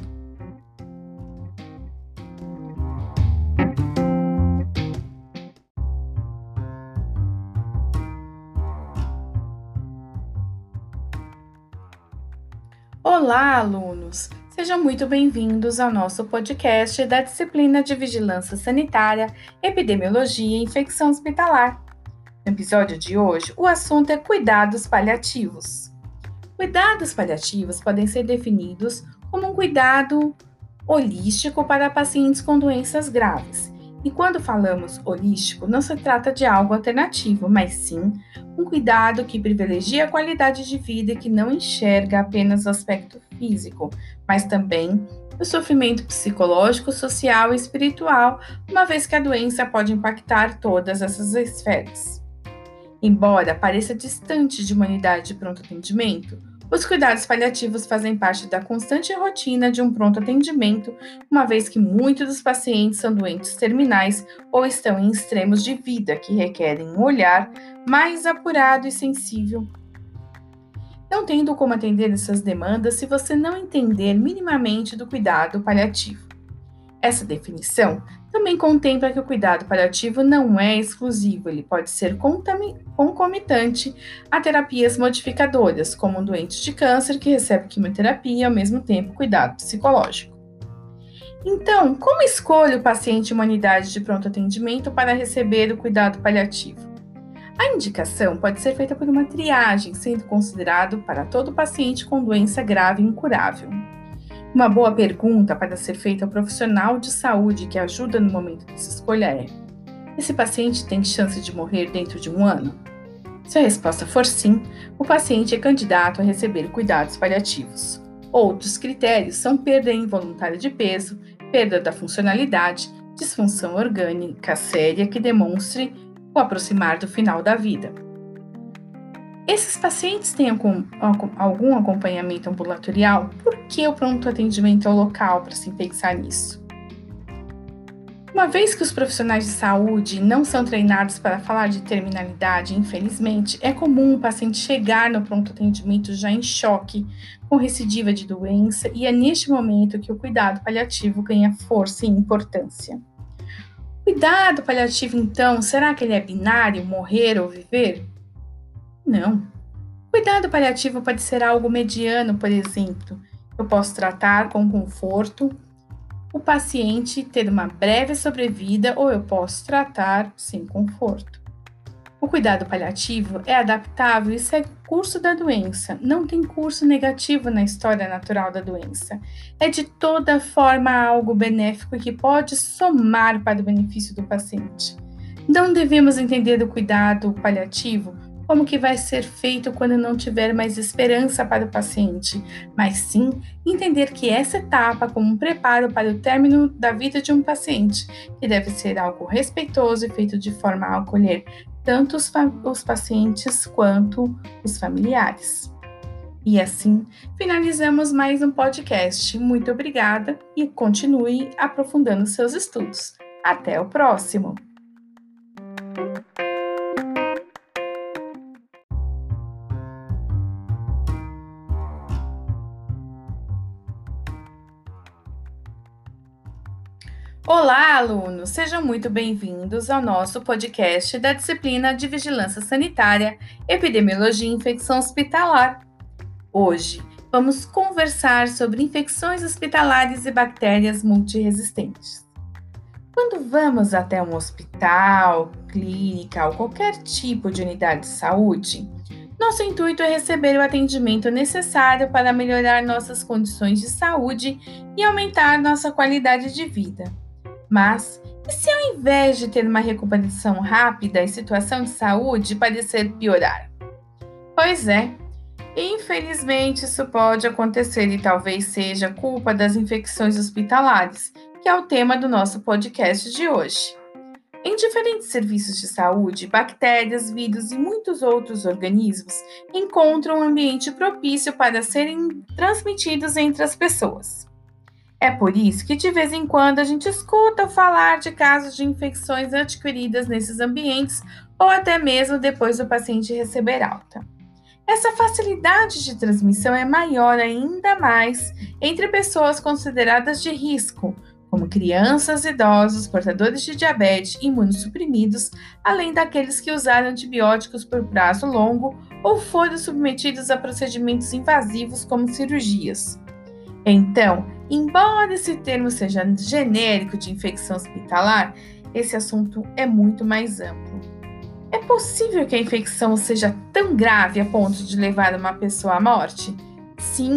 Speaker 1: Olá, alunos! Sejam muito bem-vindos ao nosso podcast da disciplina de Vigilância Sanitária, Epidemiologia e Infecção Hospitalar. No episódio de hoje, o assunto é cuidados paliativos. Cuidados paliativos podem ser definidos como um cuidado holístico para pacientes com doenças graves, E quando falamos holístico, não se trata de algo alternativo, mas sim um cuidado que privilegia a qualidade de vida e que não enxerga apenas o aspecto físico, mas também o sofrimento psicológico, social e espiritual, uma vez que a doença pode impactar todas essas esferas. Embora pareça distante de uma unidade de pronto atendimento, os cuidados paliativos fazem parte da constante rotina de um pronto atendimento, uma vez que muitos dos pacientes são doentes terminais ou estão em extremos de vida que requerem um olhar mais apurado e sensível. Não tendo como atender essas demandas se você não entender minimamente do cuidado paliativo. Essa definição também contempla que o cuidado paliativo não é exclusivo, ele pode ser concomitante a terapias modificadoras, como um doente de câncer que recebe quimioterapia e, ao mesmo tempo, cuidado psicológico. Então, como escolhe o paciente uma unidade de pronto atendimento para receber o cuidado paliativo? A indicação pode ser feita por uma triagem, sendo considerado para todo paciente com doença grave e incurável. Uma boa pergunta para ser feita ao profissional de saúde que ajuda no momento dessa escolha é: esse paciente tem chance de morrer dentro de um ano? Se a resposta for sim, o paciente é candidato a receber cuidados paliativos. Outros critérios são perda involuntária de peso, perda da funcionalidade, disfunção orgânica séria que demonstre o aproximar do final da vida. Esses pacientes têm algum acompanhamento ambulatorial? Por que o pronto atendimento é o local para se pensar nisso? Uma vez que os profissionais de saúde não são treinados para falar de terminalidade, infelizmente, é comum o paciente chegar no pronto atendimento já em choque, com recidiva de doença, e é neste momento que o cuidado paliativo ganha força e importância. Cuidado paliativo, então, será que ele é binário, morrer ou viver? Não. Cuidado paliativo pode ser algo mediano, por exemplo. Eu posso tratar com conforto o paciente ter uma breve sobrevida ou eu posso tratar sem conforto. O cuidado paliativo é adaptável e segue o curso da doença. Não tem curso negativo na história natural da doença. É de toda forma algo benéfico e que pode somar para o benefício do paciente. Não devemos entender o cuidado paliativo como que vai ser feito quando não tiver mais esperança para o paciente, mas sim entender que essa etapa como um preparo para o término da vida de um paciente, que deve ser algo respeitoso e feito de forma a acolher tanto os, os pacientes quanto os familiares. E assim, finalizamos mais um podcast. Muito obrigada e continue aprofundando seus estudos. Até o próximo! Olá, alunos! Sejam muito bem-vindos ao nosso podcast da disciplina de Vigilância Sanitária, Epidemiologia e Infecção Hospitalar. Hoje, vamos conversar sobre infecções hospitalares e bactérias multiresistentes. Quando vamos até um hospital, clínica ou qualquer tipo de unidade de saúde, nosso intuito é receber o atendimento necessário para melhorar nossas condições de saúde e aumentar nossa qualidade de vida. Mas, e se ao invés de ter uma recuperação rápida e situação de saúde parecer piorar? Pois é, infelizmente isso pode acontecer e talvez seja culpa das infecções hospitalares, que é o tema do nosso podcast de hoje. Em diferentes serviços de saúde, bactérias, vírus e muitos outros organismos encontram um ambiente propício para serem transmitidos entre as pessoas. É por isso que de vez em quando a gente escuta falar de casos de infecções adquiridas nesses ambientes ou até mesmo depois do paciente receber alta. Essa facilidade de transmissão é maior ainda mais entre pessoas consideradas de risco, como crianças, idosos, portadores de diabetes, imunossuprimidos, além daqueles que usaram antibióticos por prazo longo ou foram submetidos a procedimentos invasivos como cirurgias. Então, embora esse termo seja genérico de infecção hospitalar, esse assunto é muito mais amplo. É possível que a infecção seja tão grave a ponto de levar uma pessoa à morte? Sim,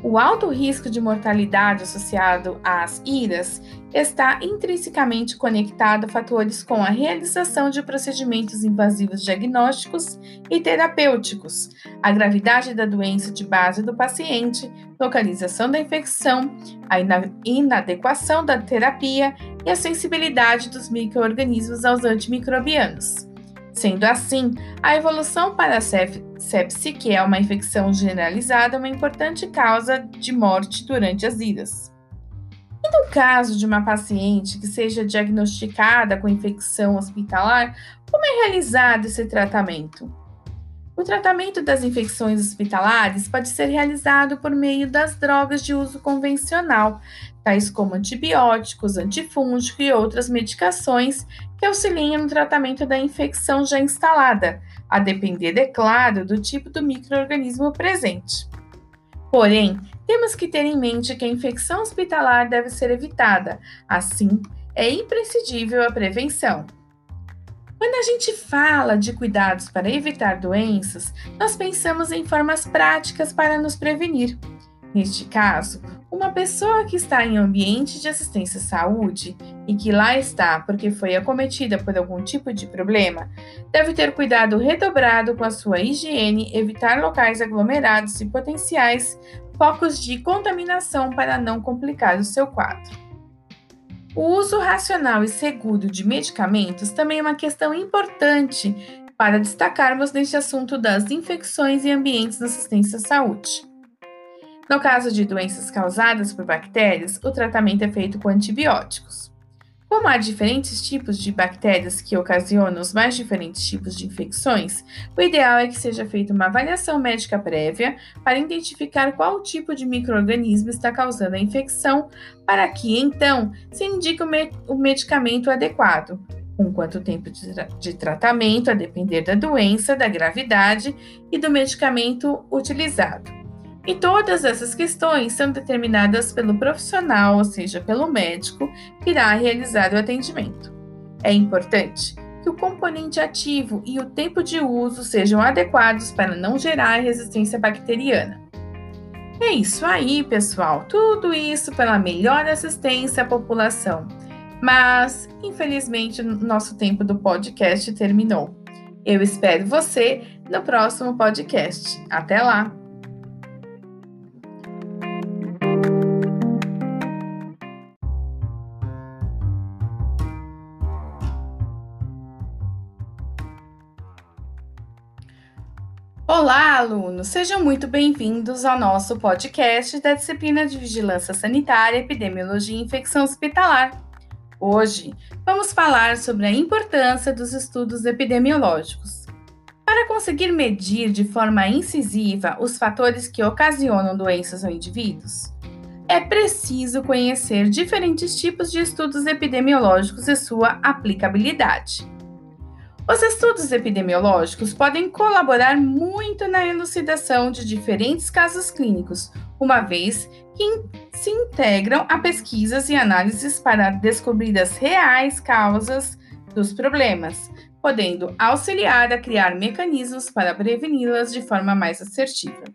Speaker 1: O alto risco de mortalidade associado às IRAs está intrinsecamente conectado a fatores como a realização de procedimentos invasivos diagnósticos e terapêuticos, a gravidade da doença de base do paciente, localização da infecção, a inadequação da terapia e a sensibilidade dos micro-organismos aos antimicrobianos. Sendo assim, a evolução para a sepse, que é uma infecção generalizada, é uma importante causa de morte durante as IRAs. E no caso de uma paciente que seja diagnosticada com infecção hospitalar, como é realizado esse tratamento? O tratamento das infecções hospitalares pode ser realizado por meio das drogas de uso convencional, tais como antibióticos, antifúngicos e outras medicações que auxiliam no tratamento da infecção já instalada, a depender, é claro, do tipo do micro-organismo presente. Porém, temos que ter em mente que a infecção hospitalar deve ser evitada, assim, é imprescindível a prevenção. Quando a gente fala de cuidados para evitar doenças, nós pensamos em formas práticas para nos prevenir. Neste caso, uma pessoa que está em um ambiente de assistência à saúde e que lá está porque foi acometida por algum tipo de problema, deve ter cuidado redobrado com a sua higiene, evitar locais aglomerados e potenciais focos de contaminação para não complicar o seu quadro. O uso racional e seguro de medicamentos também é uma questão importante para destacarmos neste assunto das infecções em ambientes de assistência à saúde. No caso de doenças causadas por bactérias, o tratamento é feito com antibióticos. Como há diferentes tipos de bactérias que ocasionam os mais diferentes tipos de infecções, o ideal é que seja feita uma avaliação médica prévia para identificar qual tipo de micro-organismo está causando a infecção, para que, então, se indique o, me- o medicamento adequado, com quanto tempo de, tra- de tratamento, a depender da doença, da gravidade e do medicamento utilizado. E todas essas questões são determinadas pelo profissional, ou seja, pelo médico, que irá realizar o atendimento. É importante que o componente ativo e o tempo de uso sejam adequados para não gerar resistência bacteriana. É isso aí, pessoal. Tudo isso pela melhor assistência à população. Mas, infelizmente, o nosso tempo do podcast terminou. Eu espero você no próximo podcast. Até lá! Olá, alunos! Sejam muito bem-vindos ao nosso podcast da disciplina de Vigilância Sanitária, Epidemiologia e Infecção Hospitalar. Hoje, vamos falar sobre a importância dos estudos epidemiológicos. Para conseguir medir de forma incisiva os fatores que ocasionam doenças ao indivíduos, é preciso conhecer diferentes tipos de estudos epidemiológicos e sua aplicabilidade. Os estudos epidemiológicos podem colaborar muito na elucidação de diferentes casos clínicos, uma vez que se integram a pesquisas e análises para descobrir as reais causas dos problemas, podendo auxiliar a criar mecanismos para preveni-las de forma mais assertiva.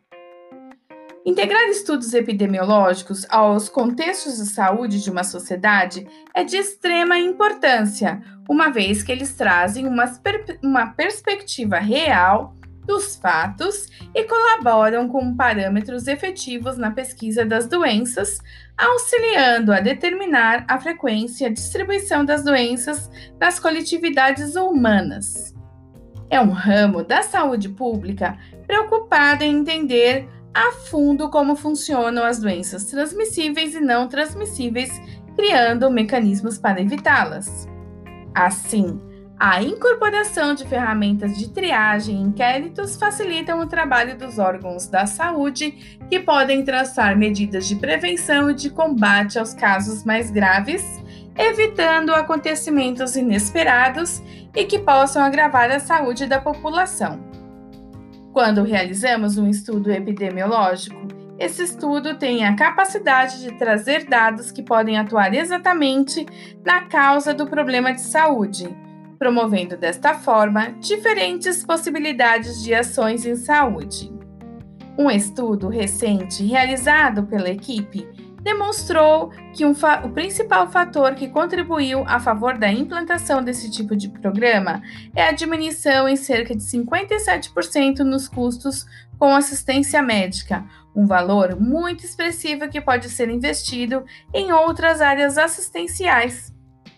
Speaker 1: Integrar estudos epidemiológicos aos contextos de saúde de uma sociedade é de extrema importância, uma vez que eles trazem uma, per- uma perspectiva real dos fatos e colaboram com parâmetros efetivos na pesquisa das doenças, auxiliando a determinar a frequência e a distribuição das doenças nas coletividades humanas. É um ramo da saúde pública preocupado em entender a fundo como funcionam as doenças transmissíveis e não transmissíveis, criando mecanismos para evitá-las. Assim, a incorporação de ferramentas de triagem e inquéritos facilitam o trabalho dos órgãos da saúde, que podem traçar medidas de prevenção e de combate aos casos mais graves, evitando acontecimentos inesperados e que possam agravar a saúde da população. Quando realizamos um estudo epidemiológico, esse estudo tem a capacidade de trazer dados que podem atuar exatamente na causa do problema de saúde, promovendo desta forma diferentes possibilidades de ações em saúde. Um estudo recente realizado pela equipe demonstrou que um fa- o principal fator que contribuiu a favor da implantação desse tipo de programa é a diminuição em cerca de cinquenta e sete por cento nos custos com assistência médica, um valor muito expressivo que pode ser investido em outras áreas assistenciais.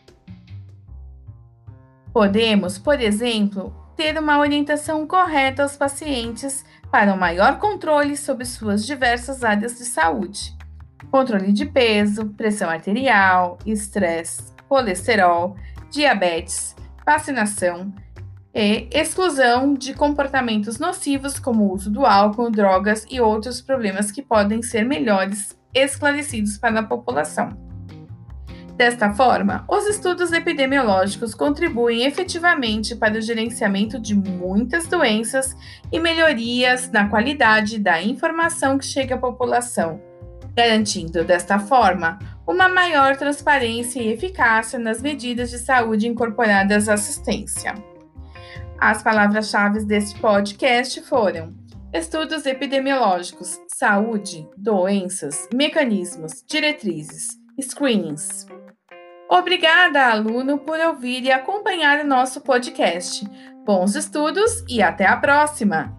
Speaker 1: Podemos, por exemplo, ter uma orientação correta aos pacientes para um maior controle sobre suas diversas áreas de saúde. Controle de peso, pressão arterial, estresse, colesterol, diabetes, vacinação e exclusão de comportamentos nocivos como o uso do álcool, drogas e outros problemas que podem ser melhores esclarecidos para a população. Desta forma, os estudos epidemiológicos contribuem efetivamente para o gerenciamento de muitas doenças e melhorias na qualidade da informação que chega à população, garantindo, desta forma, uma maior transparência e eficácia nas medidas de saúde incorporadas à assistência. As palavras-chave deste podcast foram estudos epidemiológicos, saúde, doenças, mecanismos, diretrizes, screenings. Obrigada, aluno, por ouvir e acompanhar o nosso podcast. Bons estudos e até a próxima!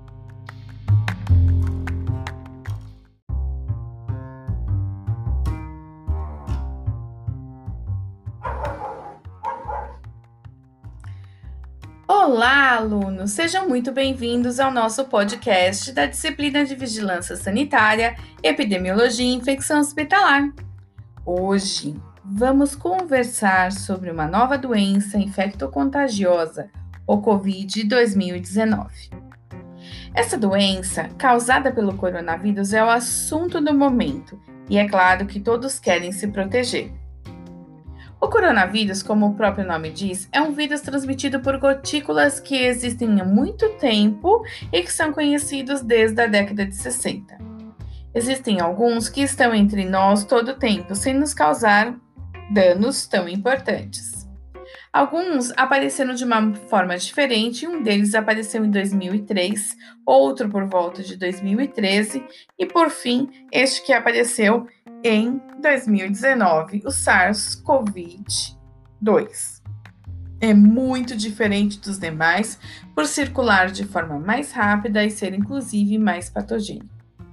Speaker 1: Olá, alunos! Sejam muito bem-vindos ao nosso podcast da disciplina de Vigilância Sanitária, Epidemiologia e Infecção Hospitalar. Hoje, vamos conversar sobre uma nova doença infectocontagiosa, o covid dois mil e dezenove. Essa doença, causada pelo coronavírus, é o assunto do momento e é claro que todos querem se proteger. O coronavírus, como o próprio nome diz, é um vírus transmitido por gotículas que existem há muito tempo e que são conhecidos desde a década de sessenta. Existem alguns que estão entre nós todo o tempo, sem nos causar danos tão importantes. Alguns apareceram de uma forma diferente, um deles apareceu em dois mil e três, outro por volta de dois mil e treze e, por fim, este que apareceu em dois mil e dezenove, o SARS-CoV dois. É muito diferente dos demais por circular de forma mais rápida e ser, inclusive, mais patogênico.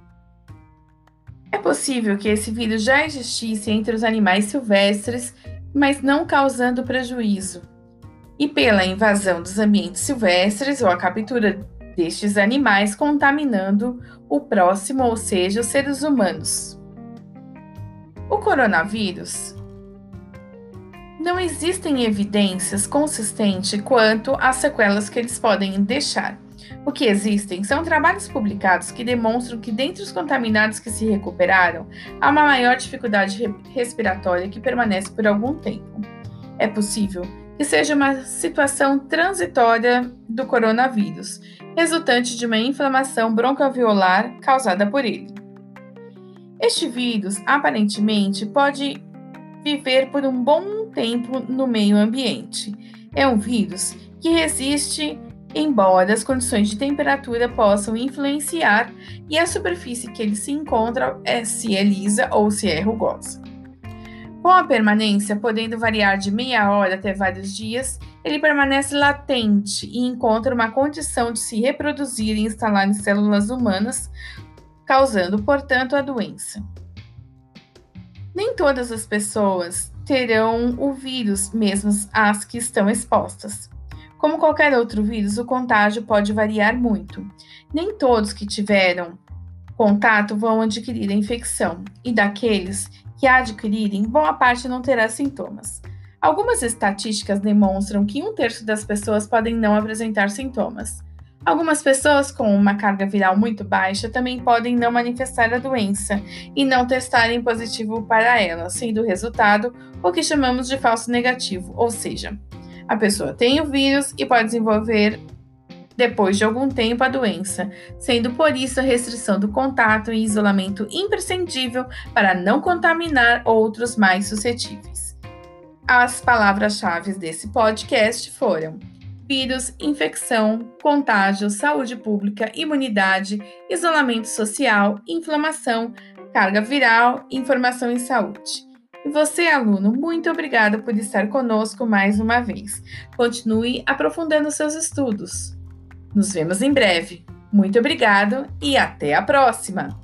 Speaker 1: É possível que esse vírus já existisse entre os animais silvestres, mas não causando prejuízo. E pela invasão dos ambientes silvestres ou a captura destes animais contaminando o próximo, ou seja, os seres humanos. O coronavírus, não existem evidências consistentes quanto às sequelas que eles podem deixar. O que existem são trabalhos publicados que demonstram que, dentre os contaminados que se recuperaram, há uma maior dificuldade respiratória que permanece por algum tempo. É possível que seja uma situação transitória do coronavírus, resultante de uma inflamação broncoalveolar causada por ele. Este vírus, aparentemente, pode viver por um bom tempo no meio ambiente. É um vírus que resiste, embora as condições de temperatura possam influenciar e a superfície que ele se encontra é se é lisa ou se é rugosa. Com a permanência podendo variar de meia hora até vários dias, ele permanece latente e encontra uma condição de se reproduzir e instalar em células humanas, causando, portanto, a doença. Nem todas as pessoas terão o vírus, mesmo as que estão expostas. Como qualquer outro vírus, o contágio pode variar muito. Nem todos que tiveram contato vão adquirir a infecção, e daqueles que a adquirirem, boa parte não terá sintomas. Algumas estatísticas demonstram que um terço das pessoas podem não apresentar sintomas. Algumas pessoas com uma carga viral muito baixa também podem não manifestar a doença e não testarem positivo para ela, sendo o resultado o que chamamos de falso negativo, ou seja, a pessoa tem o vírus e pode desenvolver, depois de algum tempo, a doença, sendo por isso a restrição do contato e isolamento imprescindível para não contaminar outros mais suscetíveis. As palavras-chave desse podcast foram vírus, infecção, contágio, saúde pública, imunidade, isolamento social, inflamação, carga viral, informação em saúde. E você, aluno, muito obrigada por estar conosco mais uma vez. Continue aprofundando seus estudos. Nos vemos em breve. Muito obrigado e até a próxima!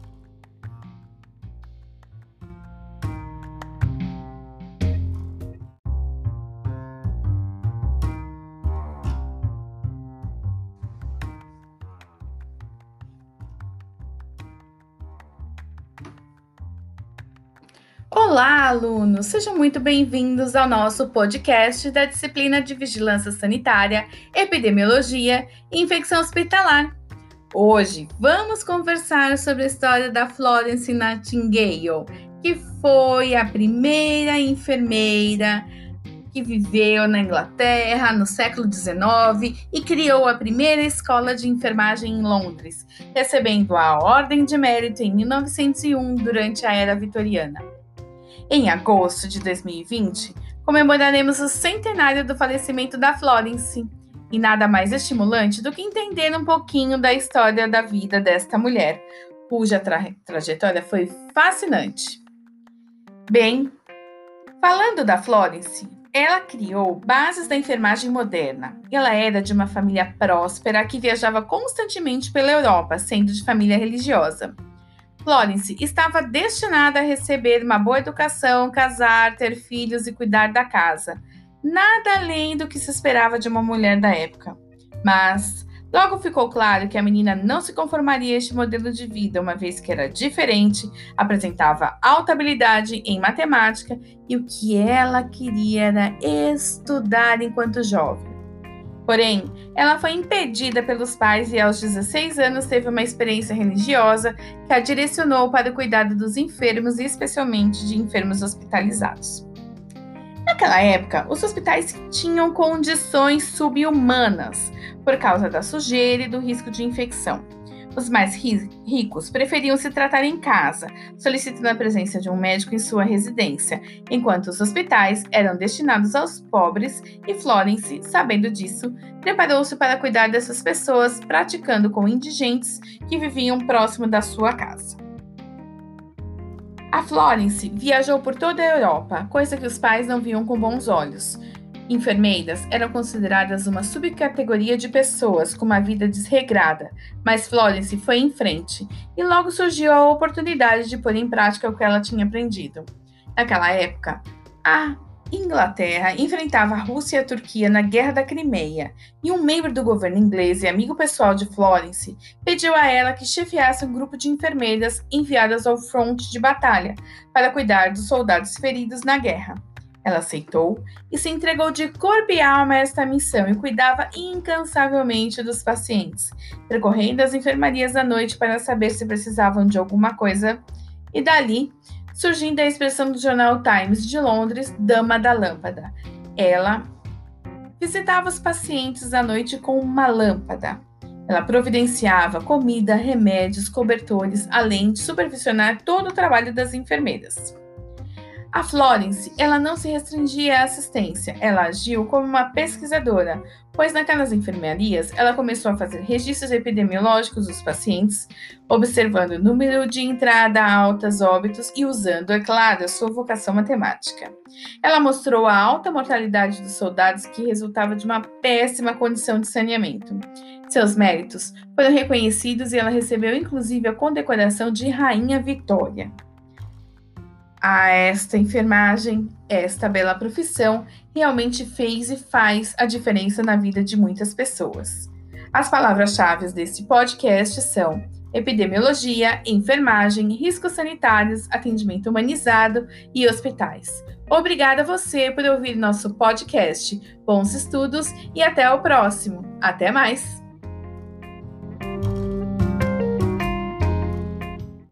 Speaker 1: Olá, alunos! Sejam muito bem-vindos ao nosso podcast da disciplina de Vigilância Sanitária, Epidemiologia e Infecção Hospitalar. Hoje vamos conversar sobre a história da Florence Nightingale, que foi a primeira enfermeira que viveu na Inglaterra no século dezenove e criou a primeira escola de enfermagem em Londres, recebendo a Ordem de Mérito em mil novecentos e um durante a Era Vitoriana. Em agosto de dois mil e vinte, comemoraremos o centenário do falecimento da Florence. E nada mais estimulante do que entender um pouquinho da história da vida desta mulher, cuja tra- trajetória foi fascinante. Bem, falando da Florence, ela criou bases da enfermagem moderna. Ela era de uma família próspera que viajava constantemente pela Europa, sendo de família religiosa. Florence estava destinada a receber uma boa educação, casar, ter filhos e cuidar da casa. Nada além do que se esperava de uma mulher da época. Mas logo ficou claro que a menina não se conformaria a este modelo de vida, uma vez que era diferente, apresentava alta habilidade em matemática e o que ela queria era estudar enquanto jovem. Porém, ela foi impedida pelos pais e aos dezesseis anos teve uma experiência religiosa que a direcionou para o cuidado dos enfermos e especialmente de enfermos hospitalizados. Naquela época, os hospitais tinham condições subhumanas por causa da sujeira e do risco de infecção. Os mais ri- ricos preferiam se tratar em casa, solicitando a presença de um médico em sua residência, enquanto os hospitais eram destinados aos pobres e Florence, sabendo disso, preparou-se para cuidar dessas pessoas, praticando com indigentes que viviam próximo da sua casa. A Florence viajou por toda a Europa, coisa que os pais não viam com bons olhos. Enfermeiras eram consideradas uma subcategoria de pessoas com uma vida desregrada, mas Florence foi em frente e logo surgiu a oportunidade de pôr em prática o que ela tinha aprendido. Naquela época, a Inglaterra enfrentava a Rússia e a Turquia na Guerra da Crimeia, e um membro do governo inglês e amigo pessoal de Florence pediu a ela que chefiasse um grupo de enfermeiras enviadas ao fronte de batalha para cuidar dos soldados feridos na guerra. Ela aceitou e se entregou de corpo e alma a esta missão e cuidava incansavelmente dos pacientes, percorrendo as enfermarias à noite para saber se precisavam de alguma coisa, e dali surgindo a expressão do jornal Times de Londres, Dama da Lâmpada. Ela visitava os pacientes à noite com uma lâmpada. Ela providenciava comida, remédios, cobertores, além de supervisionar todo o trabalho das enfermeiras. A Florence, ela não se restringia à assistência, ela agiu como uma pesquisadora, pois naquelas enfermarias ela começou a fazer registros epidemiológicos dos pacientes, observando o número de entrada, altas, óbitos e usando, é claro, a sua vocação matemática. Ela mostrou a alta mortalidade dos soldados que resultava de uma péssima condição de saneamento. Seus méritos foram reconhecidos e ela recebeu inclusive a condecoração de Rainha Vitória. A esta enfermagem, esta bela profissão, realmente fez e faz a diferença na vida de muitas pessoas. As palavras-chave deste podcast são epidemiologia, enfermagem, riscos sanitários, atendimento humanizado e hospitais. Obrigada a você por ouvir nosso podcast. Bons estudos e até o próximo. Até mais!